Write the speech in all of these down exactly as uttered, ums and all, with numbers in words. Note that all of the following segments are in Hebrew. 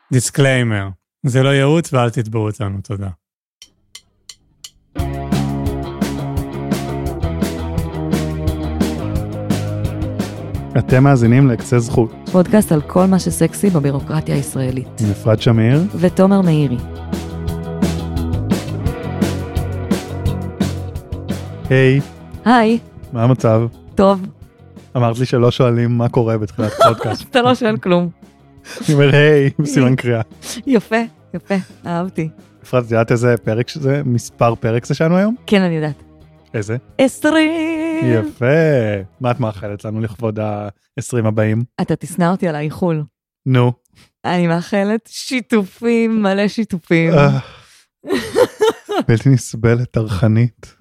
דיסקליימר, זה לא ייעוץ ואל תתבעו אותנו, תודה. אתם מאזינים לקצה זכות. פודקאסט על כל מה שסקסי בבירוקרטיה הישראלית. עם אפרת שמיר. ותומר מאירי. היי. היי. מה המצב? טוב. אמרת לי שלא שואלים מה קורה בתחילת פודקאסט. אתה לא שואל כלום. אני אומר היי, בסימן קריאה. יפה, יפה, אהבתי. אפרת, יודעת איזה פרק שזה, מספר פרק זה שלנו היום? כן, אני יודעת. איזה? עשרים. יפה. מה את מאחלת לנו לכבוד ה-עשרים הבאים? אתה תסנע אותי על האיחול. נו. אני מאחלת שיתופים, מלא שיתופים. בלתי נסבלת, תרחנית.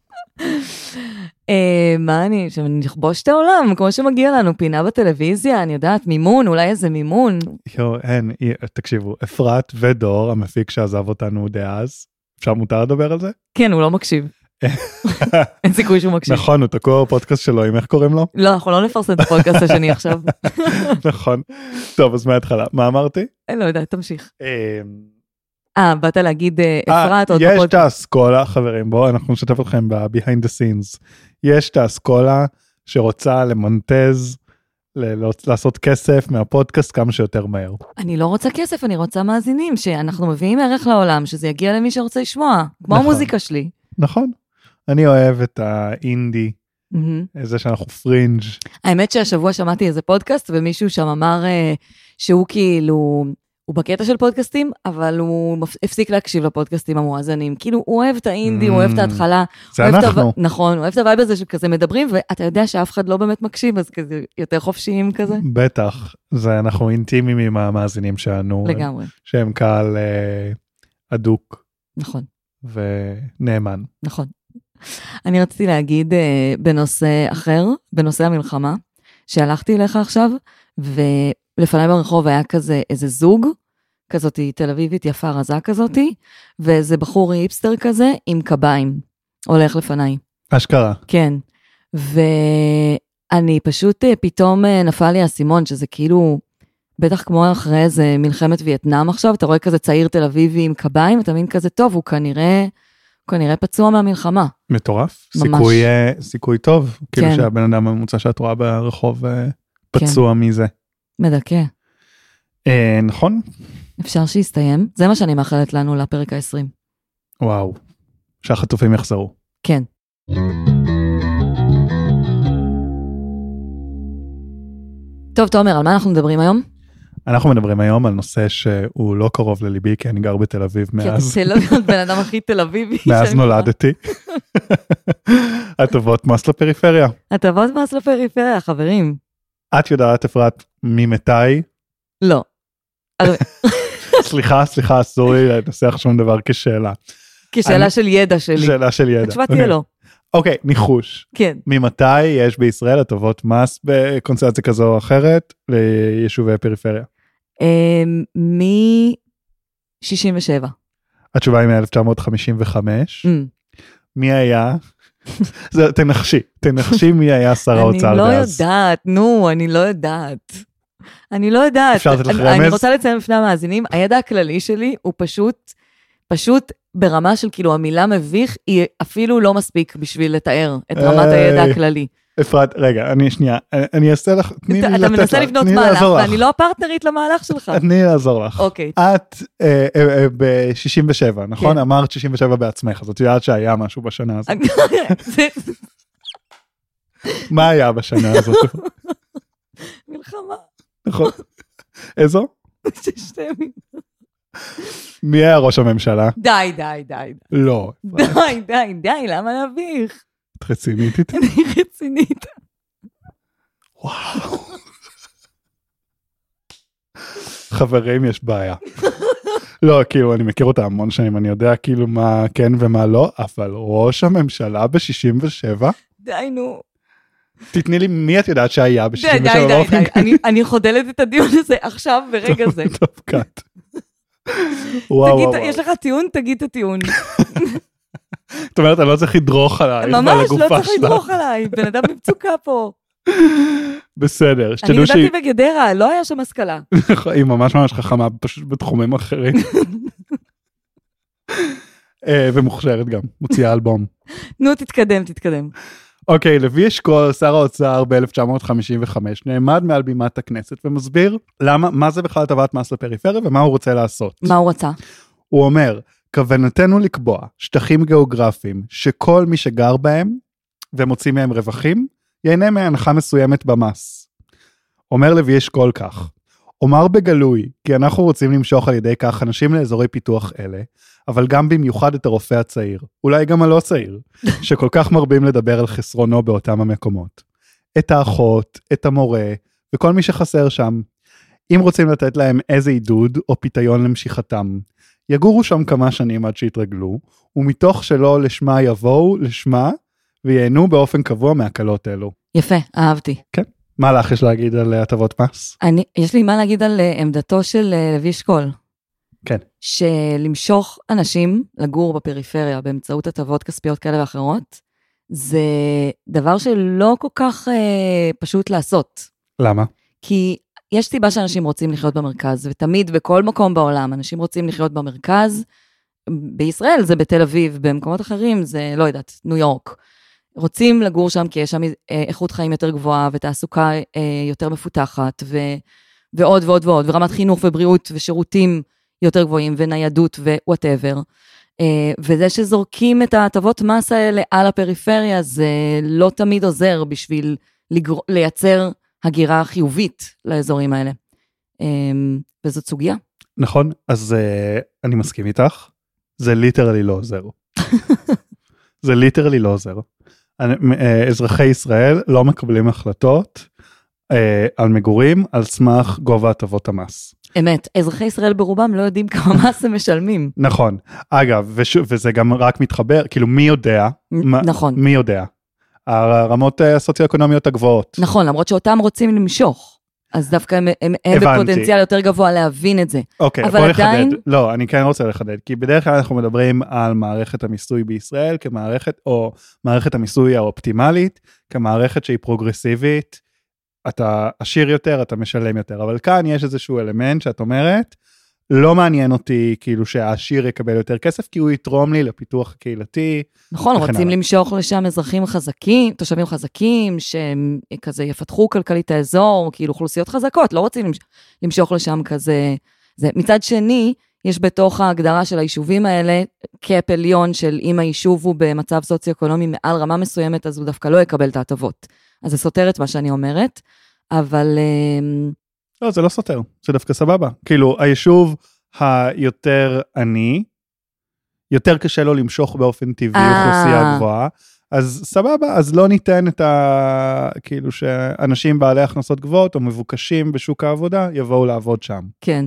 מה אני, שנכבוש את העולם, כמו שמגיע לנו, פינה בטלוויזיה, אני יודעת, מימון, אולי איזה מימון. יו, אין, תקשיבו, אפרת ודור, המפיק שעזב אותנו דאז, אפשר מותר לדבר על זה? כן, הוא לא מקשיב. אין סיכוי שהוא מקשיב. נכון, הוא תקוע בפודקאסט שלו, עם איך קוראים לו? לא, אנחנו לא נפרסם את הפודקאסט השני עכשיו. נכון. טוב, אז מההתחלה, מה אמרתי? אני לא יודעת, תמשיך. אה, באת להגיד אפרת? יש את האסכולה, חברים, בואו, אנחנו נשתף אתכם ב-behind the scenes. יש את האסכולה שרוצה למונטז, לעשות כסף מהפודקאסט כמה שיותר מהר. אני לא רוצה כסף, אני רוצה מאזינים, שאנחנו מביאים ערך לעולם, שזה יגיע למי שרוצה לשמוע, כמו המוזיקה שלי. נכון. אני אוהב את האינדי, איזה שאנחנו פרינג'. האמת שהשבוע שמעתי איזה פודקאסט, ומישהו שם אמר שהוא כאילו, הוא בקטע של פודקאסטים, אבל הוא הפסיק להקשיב לפודקאסטים המואזנים. כאילו, הוא אוהב את האינדי, הוא אוהב את ההתחלה. זה אנחנו. נכון, הוא אוהב את הווייב הזה שכזה מדברים, ואתה יודע שאף אחד לא באמת מקשיב, אז כזה יותר חופשיים כזה. בטח, זה אנחנו אינטימיים עם המאזינים שלנו. לגמרי. שהם קהל אדוק. נכון. ונאמן. נכון. אני רציתי להגיד בנושא אחר, בנושא המלחמה, שהלכתי אליך עכשיו, ולפני ברחוב היה כזה איזה זוג, כזאת תל אביבית יפה רזה כזאת, ואיזה בחור היפסטר כזה עם קביים, הולך לפניי. אשכרה. כן. ואני פשוט פתאום נפל לי הסימון, שזה כאילו, בטח כמו אחרי איזה מלחמת וייטנאם עכשיו, אתה רואה כזה צעיר תל אביבי עם קביים, אתה מבין כזה טוב, הוא כנראה, הוא כנראה פצוע מהמלחמה. מטורף. סיכוי, סיכוי טוב, כאילו שהבן אדם הממוצע שאת רואה ברחוב פצוע מזה. מדכא. נכון. אפשר שיסתיים. זה מה שאני מאחלת לנו לפרק ה-עשרים. וואו. שהחטופים יחזרו. כן. טוב, תומר, על מה אנחנו מדברים היום? אנחנו מדברים היום על נושא שהוא לא קרוב לליבי, כי אני גר בתל אביב מאז. כן, תל אביב, בן אדם הכי תל אביבי. מאז נולדתי. הטבות מס לפריפריה. הטבות מס לפריפריה, חברים. את יודעת, אפרת, ממתי? לא. סליחה, סליחה, אסור לי לנסח שום דבר כשאלה. כשאלה של ידע שלי. שאלה של ידע. התשובה תהיה לא. אוקיי, ניחוש. כן. ממתי יש בישראל הטבות מס בקונסטלציה כזו או אחרת ליישובי הפריפריה? מ-שישים ושבע. התשובה היא מ-אלף תשע מאות חמישים וחמש. מי היה? תנחשי, תנחשי מי היה שר האוצר אני לא דאז. יודעת, נו, אני לא יודעת. אני לא יודעת. אפשר לתת לך רמז? אני רוצה לציין לפני המאזינים, הידע הכללי שלי הוא פשוט, פשוט ברמה של כאילו המילה מביך, היא אפילו לא מספיק בשביל לתאר את רמת הידע הכללי. אפרת, רגע, אני שנייה, אני אעשה לך, תני לי לתת לך. אתה מנסה לבנות מהלך, ואני לא הפרטנרית למהלך שלך. תני לעזור לך. אוקיי. את ב-שישים ושבע, נכון? אמרת שישים ושבע בעצמך, אז את יודעת שהיה משהו בשנה הזאת. מה היה בשנה הזאת? מלחמה. נכון. איזו? ששתי ימים. מי היה ראש הממשלה? די, די, די. לא. די, די, די, למה להביך? את רצינית איתי? אני רצינית. וואו. חברים, יש בעיה. לא, כאילו, אני מכיר אותה המון שנים, אני יודע כאילו מה כן ומה לא, אבל ראש הממשלה ב-שישים ושבע? די, נו. תתני לי מי את יודעת שהיה ב-שישים ושבע? די, די, די, אני חודלת את הדיון הזה עכשיו, ברגע זה. טוב, קאט. וואו, וואו. יש לך טיעון? תגיד את הטיעון. זאת אומרת, אני לא צריך לדרוך עליי. ממש, לא צריך לדרוך עליי, בן אדם במצוקה פה. בסדר. אני גדלתי בגדרה, לא היה שם השכלה. היא ממש ממש חכמה, פשוט בתחומים אחרים. ומוכשרת גם, מוציאה אלבום. נו, תתקדם, תתקדם. אוקיי, לוי אשכול, שר האוצר ב-אלף תשע מאות חמישים וחמש, נעמד מעל בימת הכנסת ומסביר למה, מה זה בכלל הטבת מס לפריפריה ומה הוא רוצה לעשות. מה הוא רצה? הוא אומר, כוונתנו לקבוע שטחים גיאוגרפיים שכל מי שגר בהם ומוציא מהם רווחים, ייהנה מהנחה מסוימת במס. אומר לוי אשכול כך, אומר בגלוי, כי אנחנו רוצים למשוך על ידי כך אנשים לאזורי פיתוח אלה, אבל גם במיוחד את הרופא הצעיר, אולי גם הלא צעיר, שכל כך מרבים לדבר על חסרונו באותם המקומות. את האחות, את המורה, וכל מי שחסר שם. אם רוצים לתת להם איזה עידוד או פיתיון למשיכתם, יגורו שם כמה שנים עד שיתרגלו, ומתוך שלא לשמה יבואו לשמה, וייהנו באופן קבוע מהקלות אלו. יפה, אהבתי. כן. מה לך יש להגיד על הטבות מס? אני, יש לי מה להגיד על עמדתו של לוי אשכול. כן. שלמשוך אנשים לגור בפריפריה באמצעות הטבות כספיות כאלה ואחרות, זה דבר שלא כל כך אה, פשוט לעשות. למה? כי יש סיבה שאנשים רוצים לחיות במרכז, ותמיד בכל מקום בעולם אנשים רוצים לחיות במרכז, בישראל זה בתל אביב, במקומות אחרים זה, לא יודעת, ניו יורק. רוצים לגור שם כי יש שם איכות חיים יותר גבוהה, ותעסוקה יותר מפותחת, ו, ועוד ועוד ועוד, ורמת חינוך ובריאות ושירותים יותר גבוהים, וניידות ווואטאבר. וזה שזורקים את ההטבות מס האלה על הפריפריה, זה לא תמיד עוזר בשביל לגר... לייצר הגירה חיובית לאזורים האלה. וזאת סוגיה. נכון, אז אני מסכים איתך. זה ליטרלי לא עוזר. זה ליטרלי לא עוזר. אזרחי ישראל לא מקבלים החלטות על מגורים, על סמך גובה הטבות המס. אמת, אזרחי ישראל ברובם לא יודעים כמה מס הם משלמים. נכון. אגב, וזה גם רק מתחבר, כאילו מי יודע? נכון. מי יודע? הרמות הסוציו-אקונומיות הגבוהות. נכון, למרות שאותם רוצים למשוך. אז דווקא הם, הם, הם בפוטנציאל יותר גבוה להבין את זה. אוקיי, אבל בוא עדיין... נחדד. לא, אני כן רוצה לחדד, כי בדרך כלל אנחנו מדברים על מערכת המיסוי בישראל, כמערכת, או מערכת המיסוי האופטימלית, כמערכת שהיא פרוגרסיבית, אתה עשיר יותר, אתה משלם יותר, אבל כאן יש איזשהו אלמנט שאת אומרת, לא מעניין אותי כאילו שהעשיר יקבל יותר כסף, כי הוא יתרום לי לפיתוח הקהילתי. נכון, רוצים למשוך לשם אזרחים חזקים, תושבים חזקים, שכזה יפתחו כלכלית האזור, כאילו אוכלוסיות חזקות, לא רוצים למשוך לשם כזה. זה. מצד שני, יש בתוך ההגדרה של היישובים האלה, קאפ עליון של אם היישוב הוא במצב סוציו-אקונומי מעל רמה מסוימת, אז הוא דווקא לא יקבל את ההטבות. אז זה סותר את מה שאני אומרת, אבל... לא, זה לא סותר, זה דווקא סבבה. כאילו, היישוב היותר עני, יותר קשה לו למשוך באופן טבעי אוכלוסייה גבוהה, אז סבבה, אז לא ניתן את ה... כאילו שאנשים בעלי הכנסות גבוהות או מבוקשים בשוק העבודה, יבואו לעבוד שם. כן.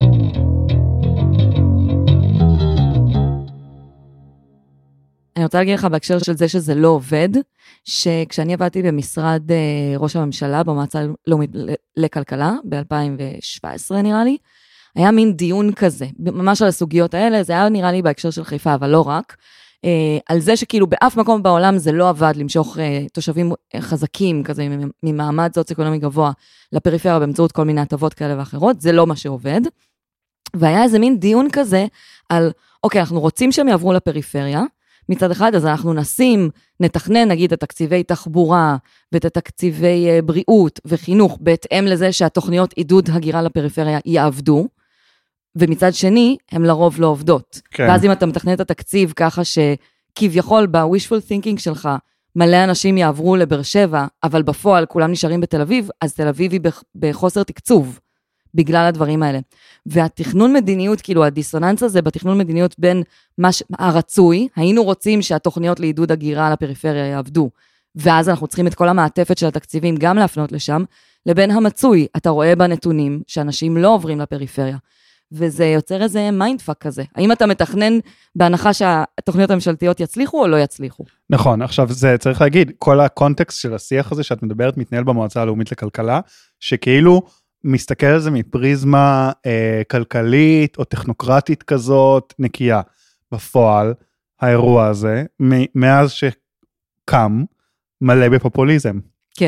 אני רוצה להגיד לך בהקשר של זה שזה לא עובד, שכשאני עבדתי במשרד ראש הממשלה, במועצה הלאומית לכלכלה, ב-אלפיים שבע עשרה נראה לי, היה מין דיון כזה, ממש על הסוגיות האלה, זה היה נראה לי בהקשר של חיפה, אבל לא רק, על זה שכאילו באף מקום בעולם זה לא עבד למשוך תושבים חזקים, כזה ממעמד סוציו-אקונומי גבוה, לפריפריה באמצעות כל מיני הטבות כאלה ואחרות, זה לא מה שעובד, והיה איזה מין דיון כזה על, אוקיי, אנחנו רוצים שהם יעברו לפריפריה, מצד אחד, אז אנחנו נשים, נתכנן, נגיד, את תקציבי תחבורה, ואת התקציבי בריאות וחינוך, בהתאם לזה שהתוכניות עידוד הגירה לפריפריה יעבדו, ומצד שני, הם לרוב לא עובדות. כן. ואז אם אתה מתכנן את התקציב ככה שכביכול, ב-wishful thinking שלך, מלא אנשים יעברו לבאר שבע, אבל בפועל כולם נשארים בתל אביב, אז תל אביב היא בחוסר תקצוב. בגלל הדברים האלה. והתכנון מדיניות, כאילו הדיסוננס הזה בתכנון מדיניות בין מה ש... הרצוי, היינו רוצים שהתוכניות לעידוד הגירה לפריפריה יעבדו, ואז אנחנו צריכים את כל המעטפת של התקציבים גם להפנות לשם, לבין המצוי, אתה רואה בנתונים שאנשים לא עוברים לפריפריה, וזה יוצר איזה מיינדפאק כזה. האם אתה מתכנן בהנחה שהתוכניות הממשלתיות יצליחו או לא יצליחו? נכון, עכשיו זה צריך להגיד, כל הקונטקסט של השיח הזה שאת מדברת מתנהל במועצה הלאומית לכלכלה, שכאילו מסתכל על זה מפריזמה אה, כלכלית או טכנוקרטית כזאת נקייה. בפועל, האירוע הזה, מ- מאז שקם, מלא בפופוליזם. כן.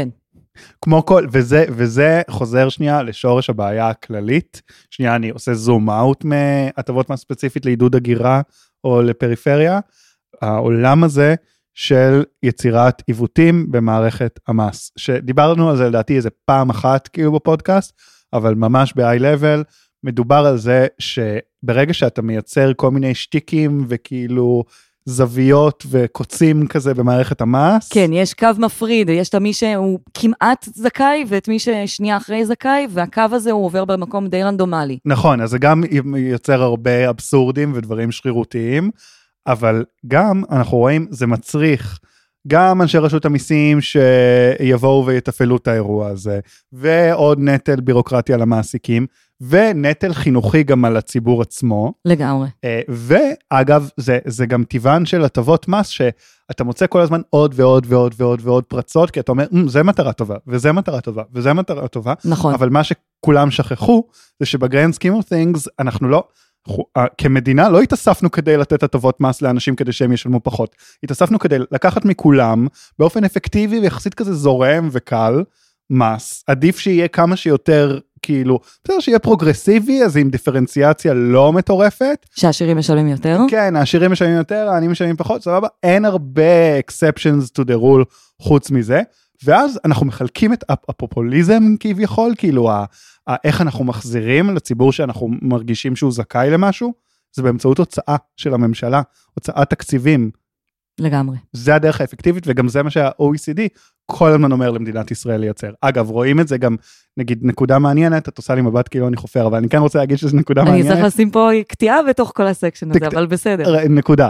כמו כל, וזה, וזה חוזר שנייה לשורש הבעיה הכללית. שנייה, אני עושה זום אאוט מהטבות מס ספציפית לעידוד הגירה או לפריפריה. העולם הזה של יצירת עיוותים במערכת המס, שדיברנו על זה לדעתי איזה פעם אחת כאילו בפודקאסט, אבל ממש ב-high level, מדובר על זה שברגע שאתה מייצר כל מיני שטיקים וכאילו זוויות וקוצים כזה במערכת המס. כן, יש קו מפריד, יש את מי שהוא כמעט זכאי, ואת מי ששנייה אחרי זכאי, והקו הזה הוא עובר במקום די רנדומלי. נכון, אז זה גם יוצר הרבה אבסורדים ודברים שרירותיים, אבל גם אנחנו רואים, זה מצריך גם אנשי רשות המיסים שיבואו ויתפעלו את האירוע הזה, ועוד נטל בירוקרטיה למעסיקים, ונטל חינוכי גם על הציבור עצמו. לגמרי. ואגב, זה, זה גם טבען של הטבות מס, שאתה מוצא כל הזמן עוד ועוד ועוד ועוד ועוד פרצות, כי אתה אומר, זה מטרה טובה, וזה מטרה טובה, וזה מטרה טובה. נכון. אבל מה שכולם שכחו, זה שבגרנד סקים אוף תינגס, אנחנו לא, כמדינה לא התאספנו כדי לתת הטבות מס לאנשים כדי שהם ישלמו פחות. התאספנו כדי לקחת מכולם, באופן אפקטיבי ויחסית כזה זורם וקל, מס. עדיף שיהיה כמה שיותר, כאילו, בסדר שיהיה פרוגרסיבי, אז עם דיפרנציאציה לא מטורפת. שהעשירים משלמים יותר? כן, העשירים משלמים יותר, העניים משלמים פחות, סבבה, אין הרבה exceptions to the rule חוץ מזה, ואז אנחנו מחלקים את הפופוליזם כביכול, כאילו, איך אנחנו מחזירים לציבור שאנחנו מרגישים שהוא זכאי למשהו, זה באמצעות הוצאה של הממשלה, הוצאת תקציבים. לגמרי. זה הדרך האפקטיבית, וגם זה מה שה-או אי סי די כל הזמן אומר למדינת ישראל לייצר. אגב, רואים את זה גם, נגיד, נקודה מעניינת, את עושה לי מבט כאילו אני חופר, אבל אני כן רוצה להגיד שזו נקודה מעניינת. אני צריך לשים פה קטיעה בתוך כל הסקשן הזה, אבל בסדר. נקודה.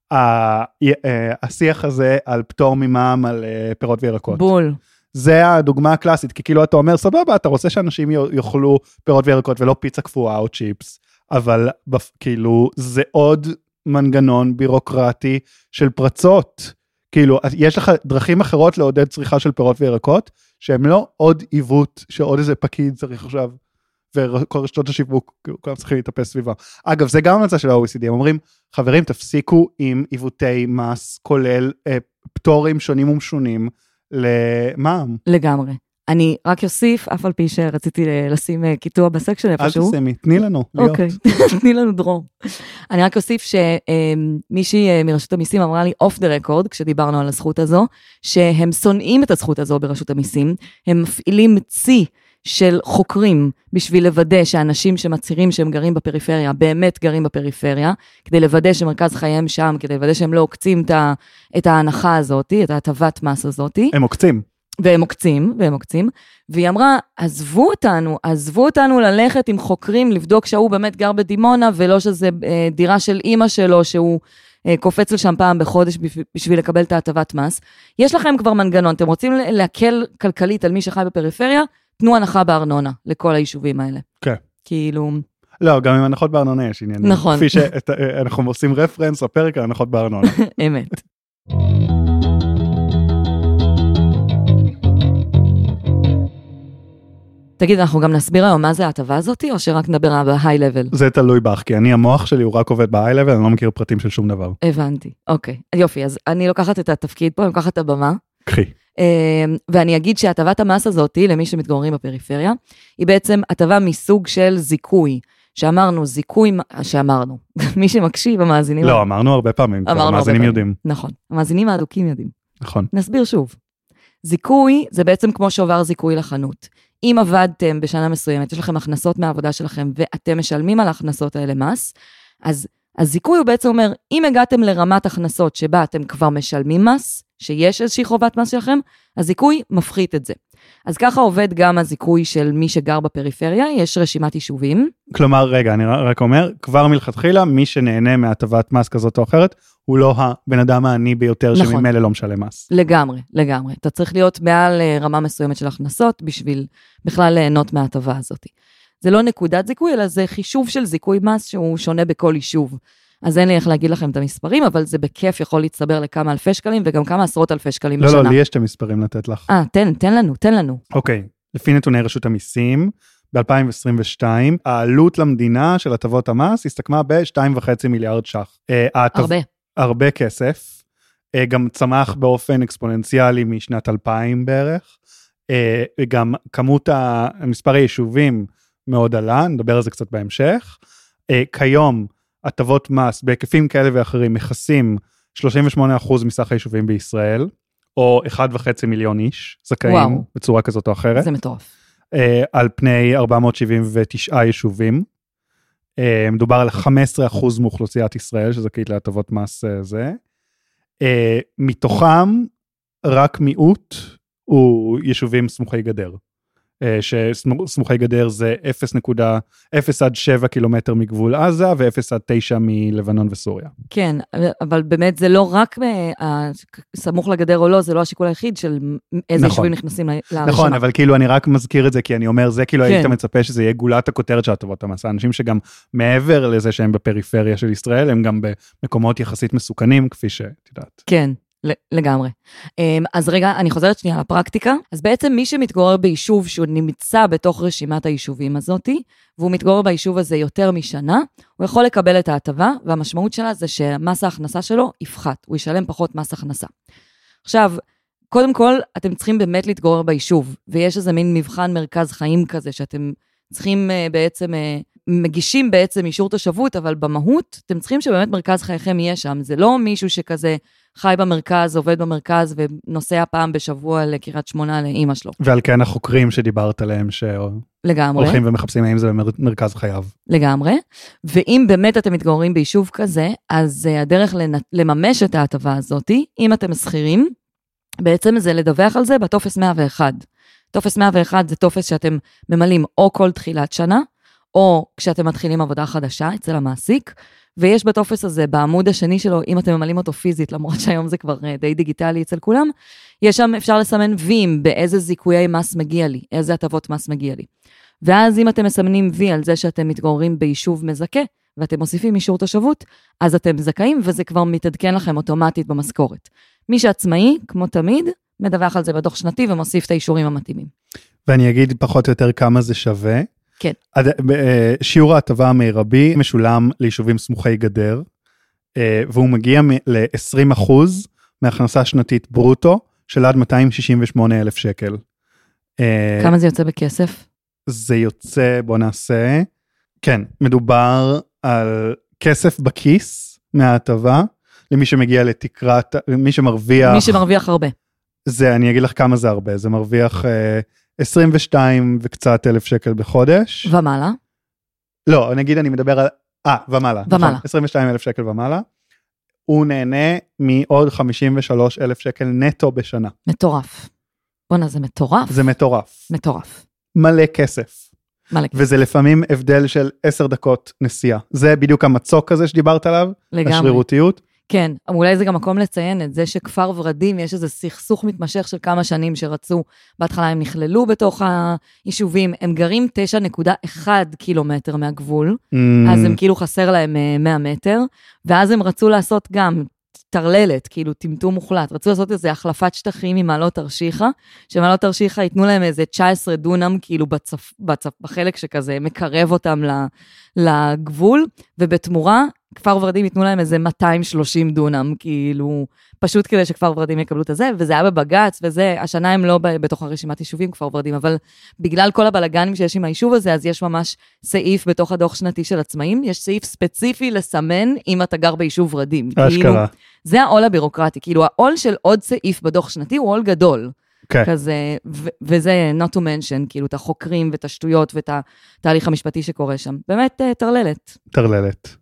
השיח הזה על פטור ממע"מ על פירות וירקות. בול. זה הדוגמה הקלאסית, כי כאילו אתה אומר, סבבה, אתה רוצה שאנשים יאכלו פירות וירקות ולא פיצה קפואה או צ'יפס, אבל כאילו זה עוד מנגנון בירוקרטי של פרצות. כאילו, יש לך דרכים אחרות לעודד צריכה של פירות וירקות, שהם לא עוד עיוות, שעוד איזה פקיד צריך עכשיו, וכל רשתות השיווק, כולם צריכים להתאפס סביבה. אגב, זה גם המצע של ה-או אי סי די, הם אומרים, חברים, תפסיקו עם עיוותי מס, כולל אה, פטורים שונים ומשונים, למע"מ. לגמרי. אני רק אוסיף, אף על פי שרציתי לשים קיטוע בסקשן איפשהו. אל תסמי, תני לנו להיות. אוקיי, תני לנו דרום. אני רק אוסיף שמישהי מרשות המיסים אמרה לי אוף דה רקורד, כשדיברנו על הזכות הזו, שהם שונאים את הזכות הזו ברשות המיסים, הם מפעילים צי של חוקרים בשביל לוודא שאנשים שמצהירים שהם גרים בפריפריה, באמת גרים בפריפריה, כדי לוודא שמרכז חייהם שם, כדי לוודא שהם לא עוקצים את ההנחה הזאת, את ההטבת מס הזאת. הם עוקצים. והם עוקצים, והם עוקצים, והיא אמרה, עזבו אותנו, עזבו אותנו ללכת עם חוקרים, לבדוק שהוא באמת גר בדימונה, ולא שזה אה, דירה של אמא שלו, שהוא אה, קופץ לשם פעם בחודש בשביל לקבל את ההטבת מס. יש לכם כבר מנגנון, אתם רוצים להקל כלכלית על מי שחי בפריפריה, תנו הנחה בארנונה לכל היישובים האלה. כן. כאילו... לא, גם עם הנחות בארנונה יש עניינים. נכון. כפי שאנחנו עושים רפרנס, הפרק על הנחות בארנונה. אמת. תגיד, אנחנו גם נסביר היום מה זה ההטבה הזאת, או שרק נדבר ב-high level? זה תלוי בך, כי אני המוח שלי הוא רק עובד ב-high level, אני לא מכיר פרטים של שום דבר. הבנתי, אוקיי. יופי, אז אני לוקחת את התפקיד פה, אני לוקחת את הבמה. קחי. ואני אגיד שהטבת המס הזאת, למי שמתגוררים בפריפריה, היא בעצם הטבה מסוג של זיכוי. שאמרנו, זיכוי, שאמרנו, מי שמקשיב, המאזינים... לא, אמרנו הרבה פעמים, המאזינים יודעים. נכון, המאזינים האדוקים יודעים. נכון. נסביר שוב. זיכוי זה בעצם כמו שובר זיכוי לחנות. אם עבדתם בשנה מסוימת, יש לכם הכנסות מהעבודה שלכם, ואתם משלמים על ההכנסות האלה מס, אז הזיכוי הוא בעצם אומר, אם הגעתם לרמת הכנסות שבה אתם כבר משלמים מס, שיש איזושהי חובת מס שלכם, הזיכוי מפחית את זה. אז ככה עובד גם הזיכוי של מי שגר בפריפריה, יש רשימת יישובים. כלומר, רגע, אני רק אומר, כבר מלכתחילה, מי שנהנה מהטבת מס כזאת או אחרת, הוא לא הבן אדם העני ביותר נכון. שממילא לא משלם מס. לגמרי, לגמרי. אתה צריך להיות מעל רמה מסוימת של הכנסות, בשביל בכלל ליהנות מההטבה הזאת. זה לא נקודת זיכוי, אלא זה חישוב של זיכוי מס שהוא שונה בכל יישוב. אז אין לי איך להגיד לכם את המספרים, אבל זה בכיף יכול להצטבר לכמה אלפי שקלים, וגם כמה עשרות אלפי שקלים לא, בשנה. לא, לא, לי יש את המספרים לתת לך. אה, תן, תן לנו, תן לנו. אוקיי, לפי נתוני רשות המיסים, ב-אלפיים עשרים ושתיים, העלות למדינה של הטבות המס הסתכמה ב-שתיים וחצי מיליארד ש"ח. הרבה. הרבה כסף, גם צמח באופן אקספוננציאלי משנת אלפיים בערך, גם כמות מספר היישובים מאוד עלה, נדבר על זה קצת בהמשך. כיום, הטבות מס בהיקפים כאלה ואחרים מכסים שלושים ושמונה אחוז מסך היישובים בישראל, או אחד וחצי מיליון איש זכאים וואו. בצורה כזאת או אחרת. זה מטורף. על פני ארבע מאות שבעים ותשעה יישובים. מדובר על חמישה עשר אחוז מאוכלוסיית ישראל, שזכאית להטבות מס זה. מתוכם, רק מיעוט הוא יישובים סמוכי גדר. שסמוכי גדר זה אפס נקודה אפס עד שבע קילומטר מגבול עזה, ו-אפס עד תשע מלבנון וסוריה. כן, אבל באמת זה לא רק סמוך לגדר או לא, זה לא השיקול היחיד של איזה יישובים נכנסים לרשימה. נכון, אבל כאילו אני רק מזכיר את זה, כי אני אומר, זה כאילו היית מצפה שזה יהיה גולת הכותרת של הטבות המס. האנשים שגם מעבר לזה שהם בפריפריה של ישראל, הם גם במקומות יחסית מסוכנים, כפי שאת יודעת. כן. לגמרי. אז רגע, אני חוזרת שנייה לפרקטיקה. אז בעצם מי שמתגורר ביישוב שהוא נמצא בתוך רשימת היישובים הזאת, והוא מתגורר ביישוב הזה יותר משנה, הוא יכול לקבל את ההטבה, והמשמעות שלה זה שמס ההכנסה שלו יפחת, הוא ישלם פחות מס הכנסה. עכשיו, קודם כל, אתם צריכים באמת להתגורר ביישוב, ויש איזה מין מבחן מרכז חיים כזה, שאתם צריכים בעצם, מגישים בעצם אישור תושבות, אבל במהות, אתם צריכים שבאמת מרכז חייכם יהיה שם. זה לא מישהו שכזה חי במרכז, עובד במרכז, ונוסע פעם בשבוע לקריית שמונה לאמא שלו. ועל כן החוקרים שדיברת עליהם, שהולכים ומחפשים האם זה במרכז חייו. לגמרי. ואם באמת אתם מתגוררים ביישוב כזה, אז הדרך לממש את ההטבה הזאת, אם אתם שכירים, בעצם זה לדווח על זה בטופס מאה ואחת. טופס מאה ואחת זה טופס שאתם ממלאים או כל תחילת שנה, או כשאתם מתחילים עבודה חדשה אצל המעסיק, ויש בטופס הזה, בעמוד השני שלו, אם אתם ממלאים אותו פיזית, למרות שהיום זה כבר די דיגיטלי אצל כולם, יש שם, אפשר לסמן ויים באיזה זיכויי מס מגיע לי, איזה הטבות מס מגיע לי. ואז אם אתם מסמנים וי על זה שאתם מתגוררים ביישוב מזכה, ואתם מוסיפים אישור תושבות, אז אתם זכאים, וזה כבר מתעדכן לכם אוטומטית במשכורת. מי שעצמאי, כמו תמיד, מדווח על זה בדוח שנתי, ומוסיף את האישורים המתאימים. ואני אגיד פחות או יותר כמה זה שווה. כן. שיעור ההטבה המרבי משולם ליישובים סמוכי גדר, והוא מגיע ל-עשרים אחוז מהכנסה שנתית ברוטו, של עד מאתיים שישים ושמונה אלף שקל. כמה זה יוצא בכסף? זה יוצא, בוא נעשה, כן, מדובר על כסף בכיס מההטבה, למי שמגיע לתקרת, מי שמרוויח... מי שמרוויח הרבה. זה, אני אגיד לך כמה זה הרבה, זה מרוויח עשרים ושתיים וקצת אלף שקל בחודש. ומעלה? לא, נגיד אני מדבר על, אה, ומעלה. ומעלה. נכון, עשרים ושתיים אלף שקל ומעלה. הוא נהנה מעוד חמישים ושלושה אלף שקל נטו בשנה. מטורף. בונה, זה מטורף. זה מטורף. מטורף. מלא כסף. מלא כסף. וזה לפעמים הבדל של עשר דקות נסיעה. זה בדיוק המצוק הזה שדיברת עליו. לגמרי. השרירותיות. כן, אולי זה גם מקום לציין את זה שכפר ורדים, יש איזה סכסוך מתמשך של כמה שנים שרצו, בהתחלה הם נכללו בתוך היישובים, הם גרים תשע נקודה אחת קילומטר מהגבול, mm. אז הם כאילו חסר להם מאה מטר, ואז הם רצו לעשות גם תרללת, כאילו טמטום מוחלט, רצו לעשות איזה החלפת שטחים עם מעלות תרשיחה, שמעלות תרשיחה ייתנו להם איזה תשע עשרה דונם, כאילו בצפ, בצפ, בחלק שכזה מקרב אותם לגבול, ובתמורה, כפר ורדים ייתנו להם איזה מאתיים ושלושים דונם, כאילו, פשוט כדי שכפר ורדים יקבלו את זה, וזה היה בבגץ, וזה, השנה הם לא בתוך הרשימת יישובים, כפר ורדים, אבל בגלל כל הבלגנים שיש עם היישוב הזה, אז יש ממש סעיף בתוך הדוח שנתי של עצמאים, יש סעיף ספציפי לסמן אם אתה גר ביישוב ורדים. אשכרה. כאילו, זה העול הבירוקרטי, כאילו, העול של עוד סעיף בדוח שנתי הוא עול גדול. כן. כזה, ו- וזה not to mention, כאילו, את החוקרים ואת השטויות ואת התהליך המשפטי שקורה שם. באמת, תרללת. תרללת.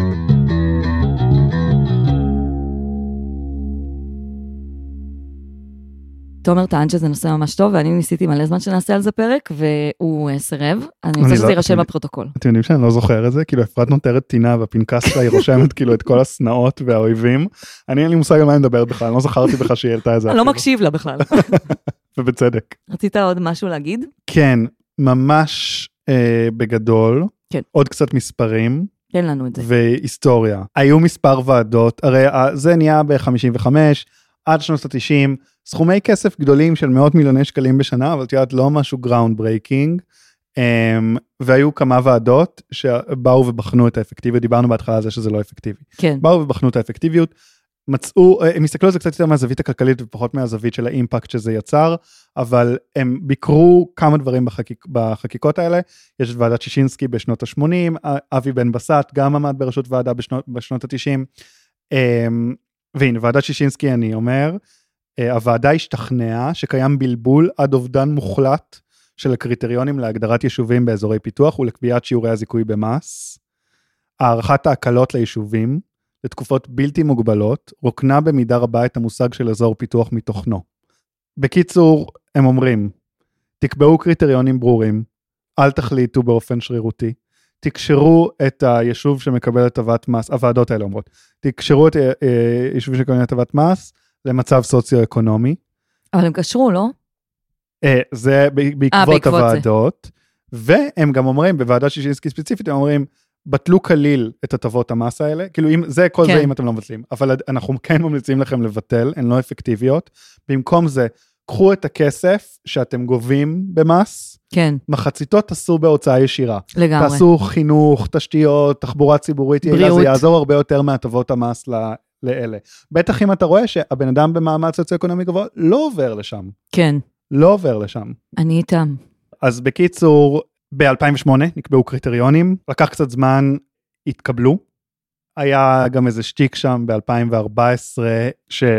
תומר טען שזה נושא ממש טוב, ואני ניסיתי מלא זמן שנעשה על זה פרק, והוא סירב. אני רוצה שזה יירשם בפרוטוקול. אתם יודעים שאני לא זוכר את זה? כאילו, אפרת נותרת טינה, והפנקס שלה היא רושמת כאילו את כל הסנאות והאויבים. אני אין לי מושג על מה אני מדברת בכלל, אני לא זכרתי בכלל שהיא העלתה את זה. אני לא מקשיב לה בכלל. ובצדק. רצית עוד משהו להגיד? כן, ממש בגדול. כן. עוד קצת מספרים. תן לנו את זה. והיסטוריה. היו מספר ועדות, הרי זה נהיה ב-חמישים וחמש, עד שנות ה-תשעים, סכומי כסף גדולים של מאות מיליוני שקלים בשנה, אבל תיאת לא משהו גראונד ברייקינג, והיו כמה ועדות שבאו ובחנו את האפקטיביות, דיברנו בהתחלה על זה שזה לא אפקטיבי. כן. באו ובחנו את האפקטיביות, מצאו, הם הסתכלו על זה קצת יותר מהזווית הכלכלית ופחות מהזווית של האימפקט שזה יצר, אבל הם ביקרו כמה דברים בחקיק, בחקיקות האלה, יש את ועדת שישינסקי בשנות ה-שמונים, אבי בן בסט גם עמד בראשות ועדה בשנות, בשנות ה-תשעים, והנה, ועדת שישינסקי אני אומר, הוועדה השתכנעה שקיים בלבול עד אובדן מוחלט של הקריטריונים להגדרת יישובים באזורי פיתוח ולקביעת שיעורי הזיכוי במס, הערכת ההקלות ליישובים, לתקופות בלתי מוגבלות, רוקנה במידה רבה את המושג של אזור פיתוח מתוכנו. בקיצור, הם אומרים, תקבעו קריטריונים ברורים, אל תחליטו באופן שרירותי, תקשרו את היישוב שמקבל הטבת מס, הוועדות האלה אומרות, תקשרו את היישוב שמקבל הטבת מס למצב סוציו-אקונומי. אבל הם קשרו, לא? זה בעקבות הוועדות, והם גם אומרים, בוועדת שישינסקי ספציפית, הם אומרים, בטלו כליל את הטבות המס האלה, כאילו אם, זה, כל כן. זה אם אתם לא מבטלים, אבל אנחנו כן ממליצים לכם לבטל, הן לא אפקטיביות, במקום זה, קחו את הכסף שאתם גובים במס, כן. מחציתות תעשו בהוצאה ישירה. לגמרי. תעשו חינוך, תשתיות, תחבורה ציבורית, יעילה, זה יעזור הרבה יותר מהטבות המס ל- לאלה. בטח אם אתה רואה שהבן אדם במעמד סוציו-אקונומי גבוה, לא עובר לשם. כן. לא עובר לשם. אני איתם. אז בקיצור, ב-אלפיים ושמונה נקבעו קריטריונים, לקח קצת זמן, התקבלו, היה גם איזה שטיק שם ב-אלפיים וארבע עשרה,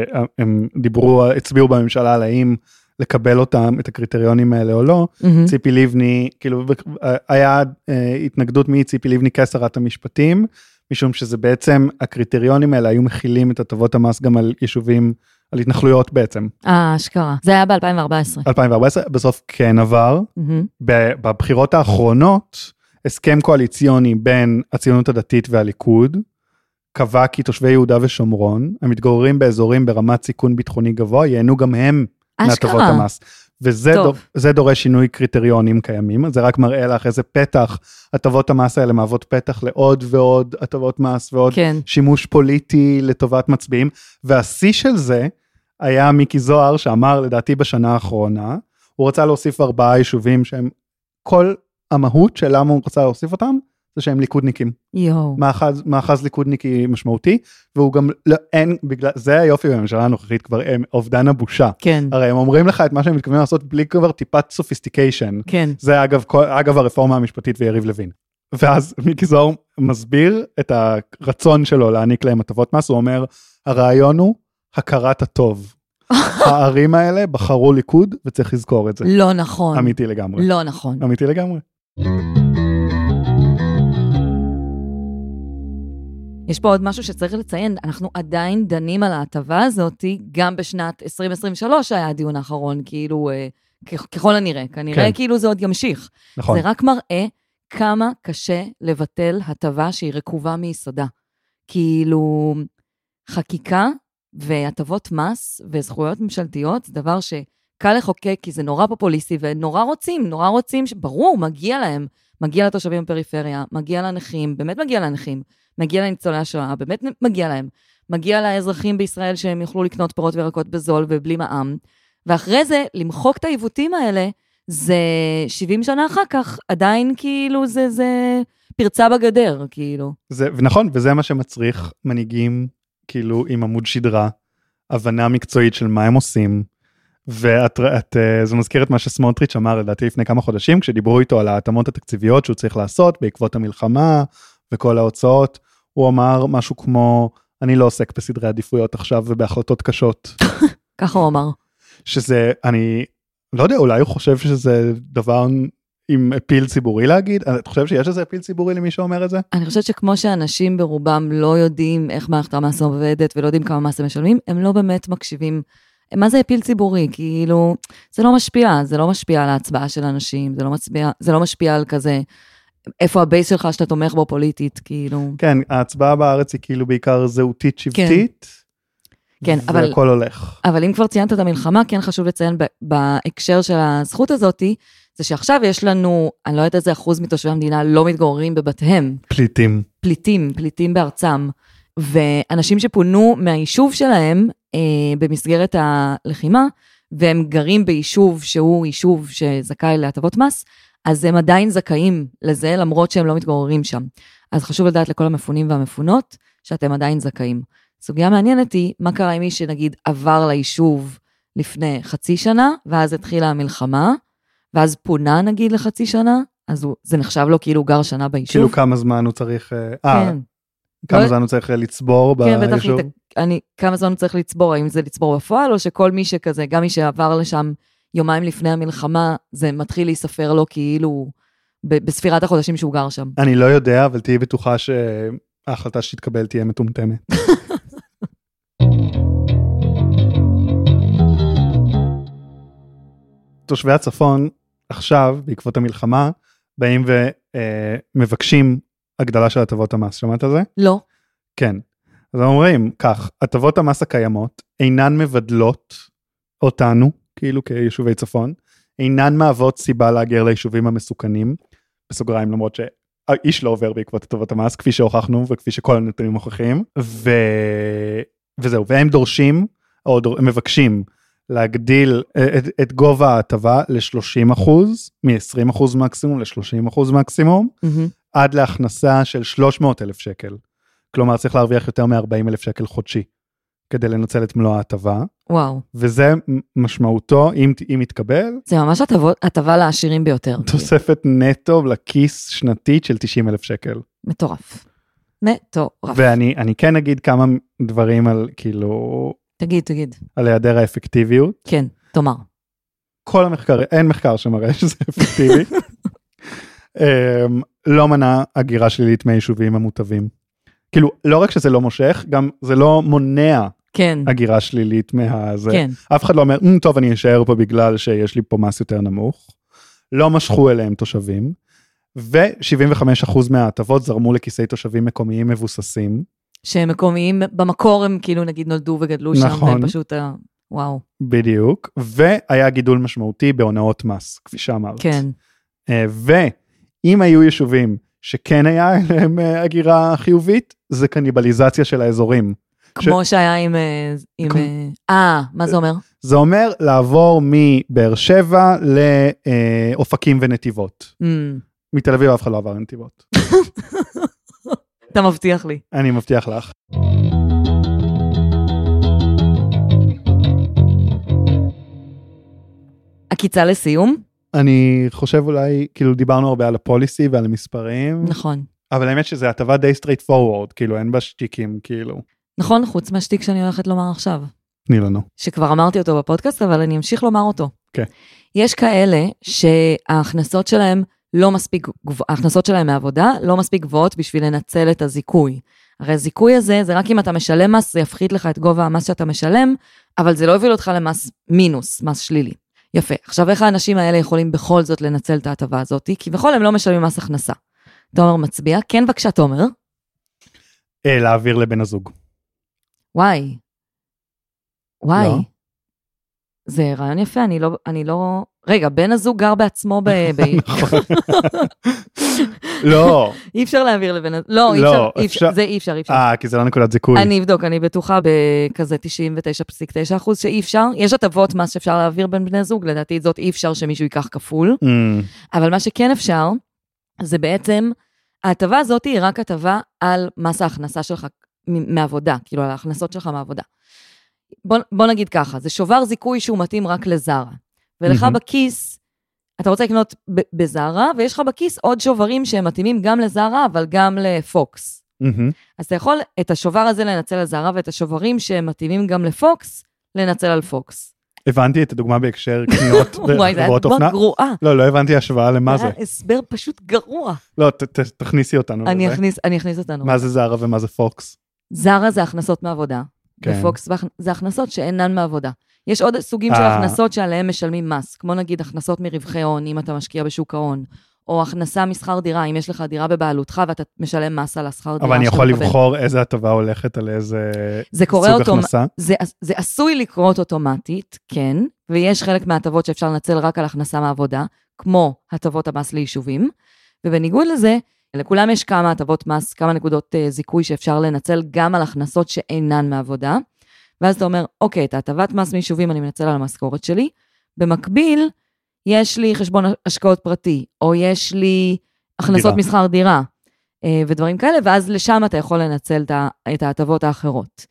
שהם דיברו, הצביעו בממשלה על האם לקבל אותם, את הקריטריונים האלה או לא, mm-hmm. ציפי לבני, כאילו, היה התנגדות מציפי לבני כשרת המשפטים, משום שזה בעצם, הקריטריונים האלה היו מכילים את הטבות המס גם על יישובים, על התנחלויות בעצם. אה, אשכרה. זה היה ב-אלפיים וארבע עשרה. אלפיים וארבע עשרה, בסוף כן עבר. Mm-hmm. בבחירות האחרונות, הסכם קואליציוני בין הציונות הדתית והליכוד, קבע כי תושבי יהודה ושומרון, הם מתגוררים באזורים ברמת סיכון ביטחוני גבוה, ייהנו גם הם מהטבות המס. וזה דור, זה דורש שינוי קריטריונים קיימים, זה רק מראה לך איזה פתח, הטבות המס האלה מהוות פתח לעוד ועוד הטבות מס, ועוד כן. שימוש פוליטי לטובת מצביעים, והשיא של זה היה מיקי זוהר, שאמר לדעתי בשנה האחרונה, הוא רצה להוסיף ארבעה יישובים שהם, כל המהות של למה הוא רצה להוסיף אותם, זה שהם ליכודניקים. יואו. מאחז, מאחז ליכודניקי משמעותי, והוא גם, לא, אין, בגלל, זה היופי בממשלה הנוכחית כבר, הם אובדן הבושה. כן. הרי הם אומרים לך את מה שהם מתכוונים לעשות, בלי כבר טיפת סופיסטיקיישן. כן. זה אגב, אגב הרפורמה המשפטית ויריב לוין. ואז מיקי זוהר מסביר את הרצון שלו להעניק להם הטבות מס, הוא אומר, הרעיון הוא הכרת הטוב. הערים האלה בחרו ליכוד, וצריך לזכור את זה. לא נכון. אמיתי לגמרי. לא נכון. אמיתי לגמרי. יש פה עוד משהו שצריך לציין, אנחנו עדיין דנים על ההטבה הזאת, גם בשנת עשרים עשרים ושלוש היה הדיון האחרון, כאילו, ככל הנראה, כנראה כן. כאילו זה עוד ימשיך. נכון. זה רק מראה כמה קשה לבטל הטבה שהיא רקובה מיסודה. כאילו, חקיקה והטבות מס וזכויות ממשלתיות, זה דבר שקל לחוקק, כי זה נורא פופוליסטי, ונורא רוצים, נורא רוצים, ברור, מגיע להם, מגיע לתושבים בפריפריה, מגיע לנכים, באמת מגיע לנכים, מגיע לניצולי השואה, באמת מגיע להם, מגיע לאזרחים בישראל שהם יוכלו לקנות פירות וירקות בזול ובלי מע"מ, ואחרי זה, למחוק את העיוותים האלה, זה שבעים שנה אחר כך, עדיין כאילו זה, זה פרצה בגדר, כאילו. זה, ונכון, וזה מה שמצריך מנהיגים, כאילו עם עמוד שדרה, הבנה מקצועית של מה הם עושים, ואת, את, זה מזכיר את מה שסמוטריץ' אמר, לדעתי לפני כמה חודשים, כשדיברו איתו על ההתאמות התקציביות שהוא צריך לעשות, בעקבות המלחמה, וכל ההוצאות, הוא אמר משהו כמו, אני לא עוסק בסדרי עדיפויות עכשיו, ובהחלטות קשות. ככה הוא אמר. שזה, אני לא יודע, אולי הוא חושב שזה דבר עם אפיל ציבורי להגיד? אתה חושב שיש איזה אפיל ציבורי למי שאומר את זה? אני חושבת שכמו שאנשים ברובם לא יודעים איך מערכת המס עובדת, ולא יודעים כמה מס הם משלמים, הם לא באמת מקשיבים. מה זה אפיל ציבורי? כאילו, זה לא משפיע, זה לא משפיע על ההצבעה של אנשים, זה לא משפיע, זה לא משפיע על כזה, איפה הבייס שלך שאתה תומך בו פוליטית, כאילו. כן, ההצבעה בארץ היא כאילו בעיקר זהותית שבטית, כן, אבל, והכל הולך. אבל אם כבר ציינת את המלחמה, כן חשוב לציין בהקשר של הזכות הזאת, זה שעכשיו יש לנו, אני לא יודעת איזה אחוז מתושבי המדינה לא מתגוררים בבתיהם. פליטים. פליטים, פליטים בארצם. ואנשים שפונו מהיישוב שלהם אה, במסגרת הלחימה, והם גרים ביישוב שהוא יישוב שזכאי להטבות מס, אז הם עדיין זכאים לזה, למרות שהם לא מתגוררים שם. אז חשוב לדעת לכל המפונים והמפונות, שאתם עדיין זכאים. סוגיה מעניינת היא, מה קרה עם מי שנגיד עבר ליישוב לפני חצי שנה, ואז התחילה המלחמה, ואז פונה נגיד לחצי שנה, אז הוא, זה נחשב לו כאילו גר שנה ביישוב. כאילו כמה זמן הוא צריך, אה, כן. כמה לא... זמן הוא צריך לצבור כן, ביישוב? בטח, אני, כמה זמן הוא צריך לצבור, האם זה לצבור בפועל, או שכל מי שכזה, גם מי שעבר לשם יומיים לפני המלחמה, זה מתחיל להיספר לו כאילו, ב- בספירת החודשים שהוא גר שם. אני לא יודע, אבל תהיי בטוחה שההחלטה שתתקבל תהיה מטומטמת. תושבי הצפון, עכשיו, בעקבות המלחמה, באים ומבקשים הגדלה של הטבות המס. שמעת על זה? לא. כן. אז אומרים כך, הטבות המס הקיימות אינן מבדלות אותנו, כאילו כיישובי צפון, אינן מהוות סיבה להגר ליישובים המסוכנים, בסוגריים, למרות שהאיש לא עובר בעקבות הטבות המס, כפי שהוכחנו וכפי שכל הנתונים מוכיחים, ו... וזהו, והם דורשים, או דור... מבקשים, להגדיל את, את גובה ההטבה ל-שלושים אחוז, מ-עשרים אחוז מקסימום ל-שלושים אחוז מקסימום, Mm-hmm. עד להכנסה של שלוש מאות אלף שקל. כלומר, צריך להרוויח יותר מ-ארבעים אלף שקל חודשי, כדי לנצל את מלוא ההטבה. וואו. וזה משמעותו, אם, אם יתקבל, זה ממש הטבה לעשירים ביותר. תוספת נטו לכיס שנתית של תשעים אלף שקל. מטורף. מטורף. ואני אני כן אגיד כמה דברים על, כאילו, תגיד, תגיד. על היעדר האפקטיביות. כן, תאמר. כל המחקר, אין מחקר שמראה שזה אפקטיבי. לא מנע הגירה שלילית מהיישובים המוטבים. כאילו, לא רק שזה לא מושך, גם זה לא מונע כן. הגירה שלילית מהזה. כן. אף אחד לא אומר, טוב, אני אשאר פה בגלל שיש לי פה מס יותר נמוך. לא משכו אליהם תושבים, ו-שבעים וחמישה אחוז מההטבות זרמו לכיסי תושבים מקומיים מבוססים. שהם מקומיים, במקור הם כאילו נגיד נולדו וגדלו שם, נכון. והם פשוט, וואו. בדיוק, והיה גידול משמעותי בהונאות מס, כפי שאמרת. כן. ואם היו יישובים שכן היה להם הגירה חיובית, זה קניבליזציה של האזורים. כמו ש... שהיה עם... עם... אה, מה זה אומר? זה אומר לעבור מבאר שבע לאופקים ונתיבות. Mm. מתל אביב אף אחד לא עבר לנתיבות. אתה מבטיח לי. אני מבטיח לך. הקיצה לסיום? אני חושב אולי, כאילו דיברנו הרבה על הפוליסי ועל המספרים. נכון. אבל האמת שזה הטבה די straight forward, כאילו אין בה שטיקים, כאילו. נכון, חוץ מהשטיק שאני הולכת לומר עכשיו. תני לנו. שכבר אמרתי אותו בפודקאסט, אבל אני אמשיך לומר אותו. כן. יש כאלה שההכנסות שלהם לא מספיק, ההכנסות שלהם מעבודה לא מספיק גבוהות בשביל לנצל את הזיכוי. הרי הזיכוי הזה, זה רק אם אתה משלם מס, זה יפחית לך את גובה המס שאתה משלם, אבל זה לא יוביל אותך למס מינוס, מס שלילי. יפה. עכשיו, איך האנשים האלה יכולים בכל זאת לנצל את ההטבה הזאת? כי בכל הם לא משלמים מס הכנסה. תומר מצביע. כן, בבקשה, תומר. אה, להעביר לבן הזוג. וואי. וואי. לא. זה רעיון יפה, אני לא, אני לא... רגע, בן הזוג גר בעצמו ב... נכון. לא. אי אפשר להעביר לבן הזוג. לא, אי אפשר, אי אפשר, זה אי אפשר, אי אפשר. אה, כי זה לא נקודת זיכוי. אני אבדוק, אני בטוחה בכזה תשעים ותשע נקודה תשע אחוז שאי אפשר. יש הטבות מס שאפשר להעביר בין בני זוג, לדעתי זאת אי אפשר שמישהו ייקח כפול. אבל מה שכן אפשר, זה בעצם, ההטבה הזאת היא רק הטבה על מס ההכנסה שלך מעבודה, כאילו על ההכנסות שלך מעבודה. בוא, בוא נגיד ככה, זה שובר זיכוי שהוא מתאים רק לזרה. ולך mm-hmm. בכיס, אתה רוצה לקנות בזרה, ויש לך בכיס עוד שוברים שהם מתאימים גם לזרה, אבל גם לפוקס. Mm-hmm. אז אתה יכול את השובר הזה לנצל על זרה, ואת השוברים שהם מתאימים גם לפוקס, לנצל על פוקס. הבנתי את הדוגמה בהקשר קניות בחברות אופנה. וואי, זה גרועה. לא, לא הבנתי השוואה למה זה. זה הסבר פשוט גרוע. לא, תכניסי אותנו. אני אכניס, אני אכניס אותנו. מה זה זרה ומה זה פוקס? זרה זה הכנסות מעבודה. ופוקס זה הכנסות שאינן מעבודה. יש עוד סוגים של הכנסות שעליהם משלמים מס, כמו נגיד הכנסות מרווחי הון, אם אתה משקיע בשוק ההון, או הכנסה משכר דירה, אם יש לך דירה בבעלותך, ואתה משלם מס על השכר דירה. אבל אני יכול לבחור איזה הטבה הולכת על איזה סוג הכנסה? זה, זה עשוי לקרות אוטומטית, כן, ויש חלק מההטבות שאפשר לנצל רק על הכנסה מעבודה, כמו הטבות המס ליישובים, ובניגוד לזה, לכולם יש כמה הטבות מס, כמה נקודות uh, זיכוי שאפשר לנצל גם על הכנסות שאינן מעבודה, ואז אתה אומר, אוקיי, את הטבת מס מיישובים אני מנצל על המשכורת שלי, במקביל, יש לי חשבון השקעות פרטי, או יש לי הכנסות דירה. משכר דירה, uh, ודברים כאלה, ואז לשם אתה יכול לנצל את ההטבות האחרות.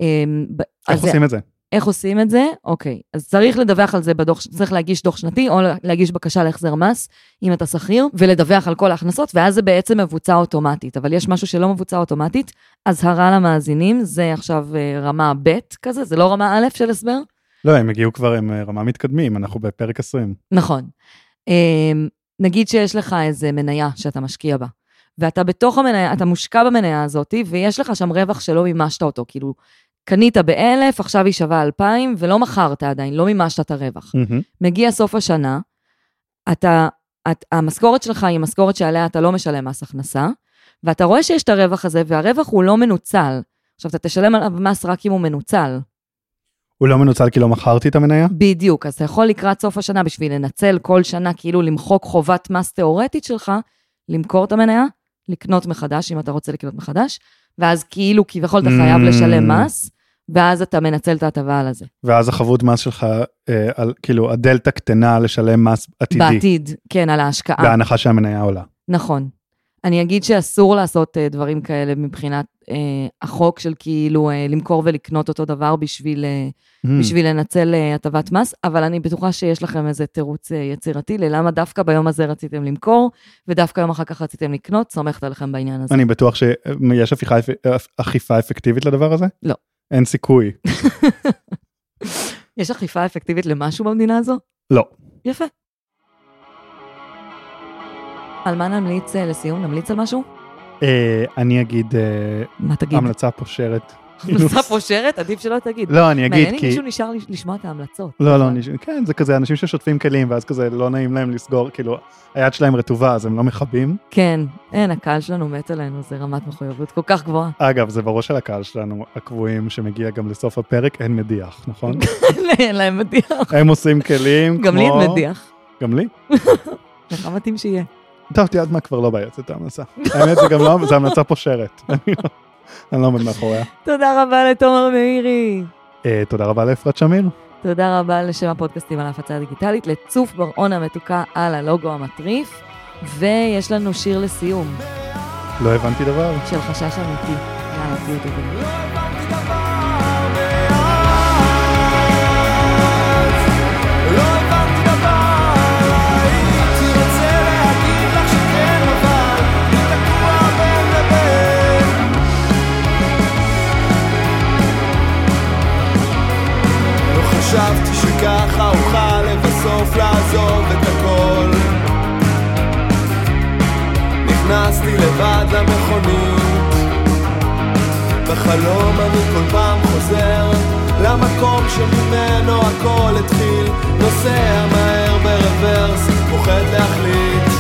איך עושים את זה? איך עושים את זה? אוקיי. אז צריך לדווח על זה בדוח, צריך להגיש דוח שנתי, או להגיש בקשה להחזר מס, אם אתה שכיר, ולדווח על כל ההכנסות, ואז זה בעצם מבוצע אוטומטית. אבל יש משהו שלא מבוצע אוטומטית, אז הרע למאזינים, זה עכשיו רמה ב' כזה, זה לא רמה א' של הסבר? לא, הם הגיעו כבר עם רמה מתקדמים, אנחנו בפרק עשרים. נכון. נגיד שיש לך איזה מניה שאתה משקיע בה, ואתה בתוך המניה, אתה מושקע במניה הזאת, ויש לך שם רווח שלא מימשת אותו, כאילו, קנית באלף, עכשיו היא שווה אלפיים, ולא מכרת עדיין, לא מימשת את הרווח. Mm-hmm. מגיע סוף השנה, אתה, את, המשכורת שלך היא משכורת שעליה אתה לא משלם מס הכנסה, ואתה רואה שיש את הרווח הזה, והרווח הוא לא מנוצל. עכשיו, אתה תשלם עליו מס רק אם הוא מנוצל. הוא לא מנוצל כי לא מכרתי את המניה? בדיוק, אז אתה יכול לקראת סוף השנה, בשביל לנצל כל שנה, כאילו למחוק חובת מס תיאורטית שלך, למכור את המניה, לקנות מחדש, אם אתה רוצה לקנות מחדש, ואז כאילו כביכול אתה חייב לשלם מס, ואז אתה מנצל את ההטבה על זה. ואז החבות מס שלך, אה, על, כאילו הדלטה קטנה לשלם מס עתידי. בעתיד, כן, על ההשקעה. בהנחה שהמניה עולה. נכון. אני אגיד שאסור לעשות אה, דברים כאלה מבחינת אה, החוק של כאילו אה, למכור ולקנות אותו דבר בשביל, אה, mm. בשביל לנצל אה, הטבת מס, אבל אני בטוחה שיש לכם איזה תירוץ אה, יצירתי, ללמה דווקא ביום הזה רציתם למכור, ודווקא יום אחר כך רציתם לקנות, סומכת עליכם בעניין הזה. אני בטוח שיש אכיפה, אכיפה אפקטיבית לדבר הזה? לא. אין סיכוי. יש אכיפה אפקטיבית למשהו במדינה הזו? לא. יפה. על מה נמליץ לסיום? נמליץ על משהו? אני אגיד... מה תגיד? המלצה פושרת. המלצה פושרת? עדיף שלא תגיד. לא, אני אגיד כי... מעניין אם מישהו נשאר לשמוע את ההמלצות. לא, לא, כן, זה כזה אנשים ששוטפים כלים, ואז כזה לא נעים להם לסגור, כאילו, היד שלהם רטובה, אז הם לא מחבים. כן, אין, הקהל שלנו מת עלינו, זה רמת מחויבות כל כך גבוהה. אגב, זה בראש של הקהל שלנו, הקבועים שמגיע גם לסוף הפרק, אין מדיח, נכון? אין להם מדיח. הם עושים כלים כמו... גם לי אין מדיח. גם לי? לך מתאים שיהיה. טוב, תיעד מה כבר לא בעצת את ההמלצה. האמת, זה גם לא, זה המלצה פושרת. אני לא עומד מאחוריה. תודה רבה לתומר מאירי. תודה רבה לאפרת שמיר. תודה רבה לשם הפודקאסטים על ההפצה הדיגיטלית, לצוף בר-און המתוקה על הלוגו המטריף, ויש לנו שיר לסיום. לא הבנתי דבר. של חשש אמיתי. יאללה, תהיו טובים. לא הבנתי דבר. חשבתי שככה אוכל לבסוף לעזוב את הכל. נכנסתי לבד למכונית, בחלום אני כל פעם חוזר למקום שממנו הכל התחיל, נוסע מהר ברוורס, פוחד להחליט